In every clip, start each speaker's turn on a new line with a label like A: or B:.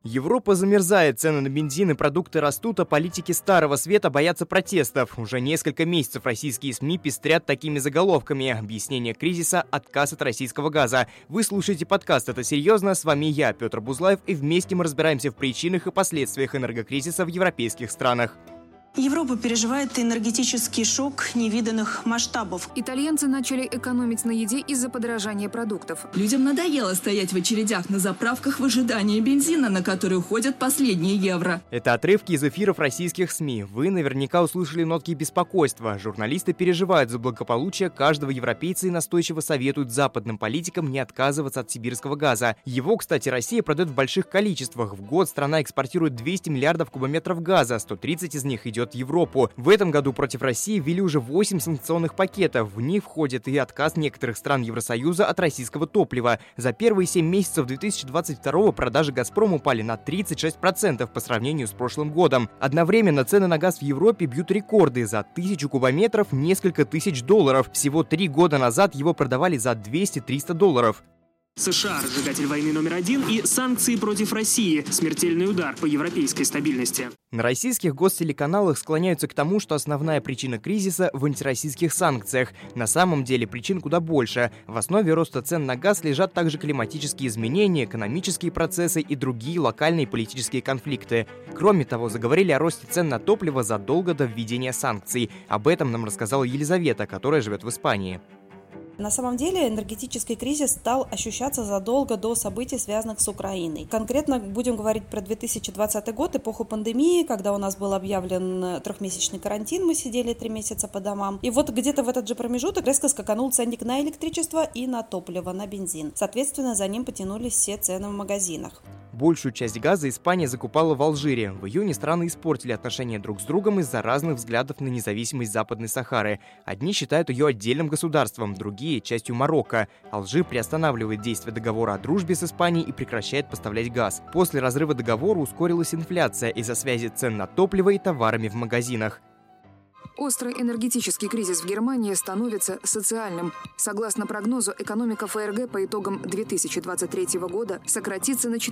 A: Европа замерзает, цены на бензин и продукты растут, а политики Старого Света боятся протестов. Уже несколько месяцев российские СМИ пестрят такими заголовками: объяснение кризиса, отказ от российского газа. Вы слушаете подкаст «Это серьезно?». С вами я, Петр Бузлаев, и вместе мы разбираемся в причинах и последствиях энергокризиса в европейских странах.
B: Европа переживает энергетический шок невиданных масштабов.
C: Итальянцы начали экономить на еде из-за подорожания продуктов.
D: Людям надоело стоять в очередях на заправках в ожидании бензина, на который уходят последние евро.
A: Это отрывки из эфиров российских СМИ. Вы наверняка услышали нотки беспокойства. Журналисты переживают за благополучие каждого европейца и настойчиво советуют западным политикам не отказываться от сибирского газа. Его, кстати, Россия продает в больших количествах. В год страна экспортирует 200 миллиардов кубометров газа, 130 из них идет в Европу. В этом году против России ввели уже 8 санкционных пакетов. В них входит и отказ некоторых стран Евросоюза от российского топлива. За первые 7 месяцев 2022 продажи «Газпрома» упали на 36% по сравнению с прошлым годом. Одновременно цены на газ в Европе бьют рекорды. За 1000 кубометров несколько тысяч долларов. Всего 3 года назад его продавали за 200-300 долларов.
E: США – разжигатель войны номер 1, и санкции против России – смертельный удар по европейской стабильности.
A: На российских гостелеканалах склоняются к тому, что основная причина кризиса в антироссийских санкциях. На самом деле причин куда больше. В основе роста цен на газ лежат также климатические изменения, экономические процессы и другие локальные политические конфликты. Кроме того, заговорили о росте цен на топливо задолго до введения санкций. Об этом нам рассказала Елизавета, которая живет в Испании.
F: На самом деле энергетический кризис стал ощущаться задолго до событий, связанных с Украиной. Конкретно будем говорить про 2020 год, эпоху пандемии, когда у нас был объявлен трехмесячный карантин, мы сидели 3 месяца по домам. И вот где-то в этот же промежуток резко скаканул ценник на электричество и на топливо, на бензин. Соответственно, за ним потянулись все цены в магазинах.
A: Большую часть газа Испания закупала в Алжире. В июне страны испортили отношения друг с другом из-за разных взглядов на независимость Западной Сахары. Одни считают ее отдельным государством, другие – частью Марокко. Алжир приостанавливает действие договора о дружбе с Испанией и прекращает поставлять газ. После разрыва договора ускорилась инфляция из-за связи цен на топливо и товарами в магазинах.
C: Острый энергетический кризис в Германии становится социальным. Согласно прогнозу, экономика ФРГ по итогам 2023 года сократится на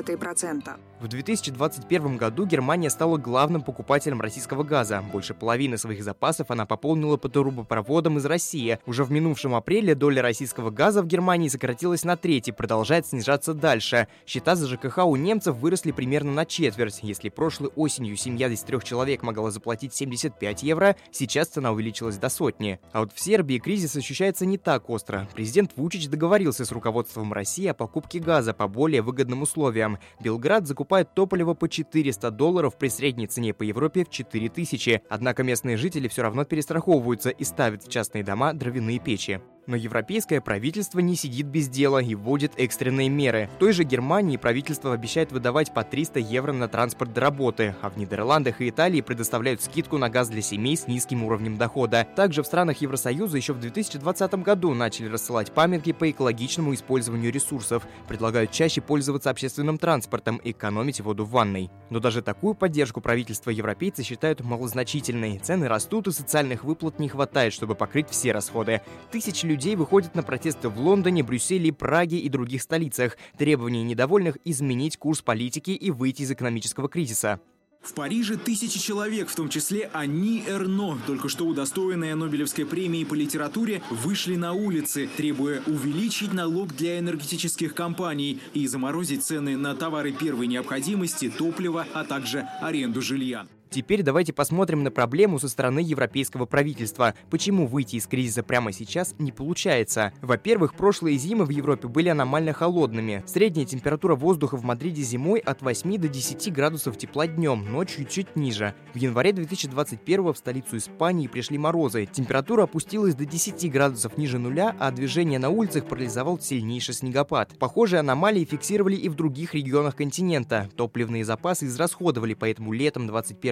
C: 0,4%.
A: В 2021 году Германия стала главным покупателем российского газа. Больше половины своих запасов она пополнила по трубопроводам из России. Уже в минувшем апреле доля российского газа в Германии сократилась на треть и продолжает снижаться дальше. Счета за ЖКХ у немцев выросли примерно на четверть. Если прошлой осенью семья из 3 человек могла заплатить 75 евро, сейчас цена увеличилась до 100. А вот в Сербии кризис ощущается не так остро. Президент Вучич договорился с руководством России о покупке газа по более выгодным условиям. Белград закупает топливо по $400 при средней цене по Европе в 4000. Однако местные жители все равно перестраховываются и ставят в частные дома дровяные печи. Но европейское правительство не сидит без дела и вводит экстренные меры. В той же Германии правительство обещает выдавать по 300 евро на транспорт до работы, а в Нидерландах и Италии предоставляют скидку на газ для семей с низким уровнем дохода. Также в странах Евросоюза еще в 2020 году начали рассылать памятки по экологичному использованию ресурсов, предлагают чаще пользоваться общественным транспортом и экономить воду в ванной. Но даже такую поддержку правительства европейцы считают малозначительной. Цены растут и социальных выплат не хватает, чтобы покрыть все расходы. Тысячи людей выходят на протесты в Лондоне, Брюсселе, Праге и других столицах. Требования недовольных – изменить курс политики и выйти из экономического кризиса.
G: В Париже тысячи человек, в том числе Анни Эрно, только что удостоенная Нобелевской премии по литературе, вышли на улицы, требуя увеличить налог для энергетических компаний и заморозить цены на товары первой необходимости, топливо, а также аренду жилья.
A: Теперь давайте посмотрим на проблему со стороны европейского правительства. Почему выйти из кризиса прямо сейчас не получается? Во-первых, прошлые зимы в Европе были аномально холодными. Средняя температура воздуха в Мадриде зимой от 8 до 10 градусов тепла днем, ночью чуть ниже. В январе 2021 в столицу Испании пришли морозы. Температура опустилась до 10 градусов ниже нуля, а движение на улицах парализовал сильнейший снегопад. Похожие аномалии фиксировали и в других регионах континента. Топливные запасы израсходовали, поэтому летом 2021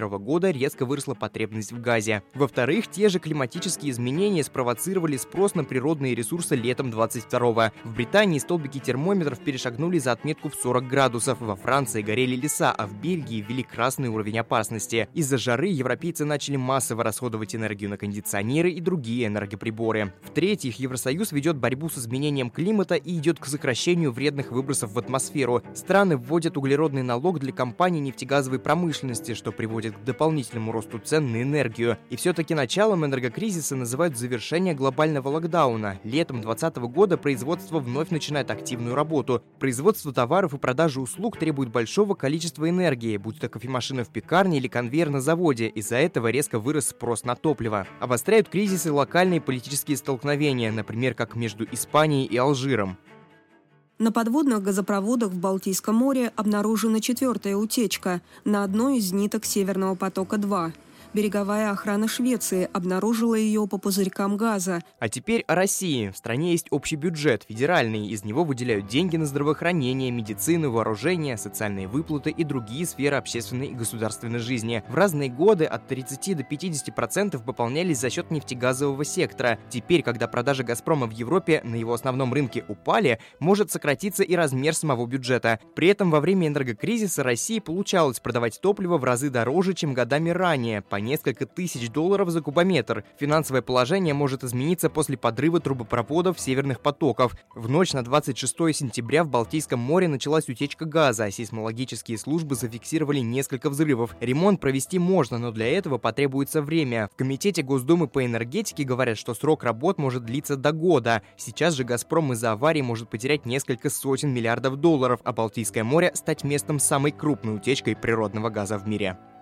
A: 2021 года резко выросла потребность в газе. Во-вторых, те же климатические изменения спровоцировали спрос на природные ресурсы летом 22-го. В Британии столбики термометров перешагнули за отметку в 40 градусов, во Франции горели леса, а в Бельгии ввели красный уровень опасности. Из-за жары европейцы начали массово расходовать энергию на кондиционеры и другие энергоприборы. В-третьих, Евросоюз ведет борьбу с изменением климата и идет к сокращению вредных выбросов в атмосферу. Страны вводят углеродный налог для компаний нефтегазовой промышленности, что приводит к дополнительному росту цен на энергию. И все-таки началом энергокризиса называют завершение глобального локдауна. Летом 2020 года производство вновь начинает активную работу. Производство товаров и продажа услуг требует большого количества энергии, будь то кофемашина в пекарне или конвейер на заводе. Из-за этого резко вырос спрос на топливо. Обостряют кризисы локальные политические столкновения, например, как между Испанией и Алжиром.
H: На подводных газопроводах в Балтийском море обнаружена 4-я утечка на одной из ниток Северного потока-2. Береговая охрана Швеции обнаружила ее по пузырькам газа.
A: А теперь о России. В стране есть общий бюджет, федеральный. Из него выделяют деньги на здравоохранение, медицину, вооружение, социальные выплаты и другие сферы общественной и государственной жизни. В разные годы от 30 до 50% пополнялись за счет нефтегазового сектора. Теперь, когда продажи «Газпрома» в Европе на его основном рынке упали, может сократиться и размер самого бюджета. При этом во время энергокризиса России получалось продавать топливо в разы дороже, чем годами ранее, по несколько тысяч долларов за кубометр. Финансовое положение может измениться после подрыва трубопроводов северных потоков. В ночь на 26 сентября в Балтийском море началась утечка газа, а сейсмологические службы зафиксировали несколько взрывов. Ремонт провести можно, но для этого потребуется время. В Комитете Госдумы по энергетике говорят, что срок работ может длиться до года. Сейчас же «Газпром» из-за аварии может потерять несколько сотен миллиардов долларов, а Балтийское море стать местом самой крупной утечкой природного газа в мире.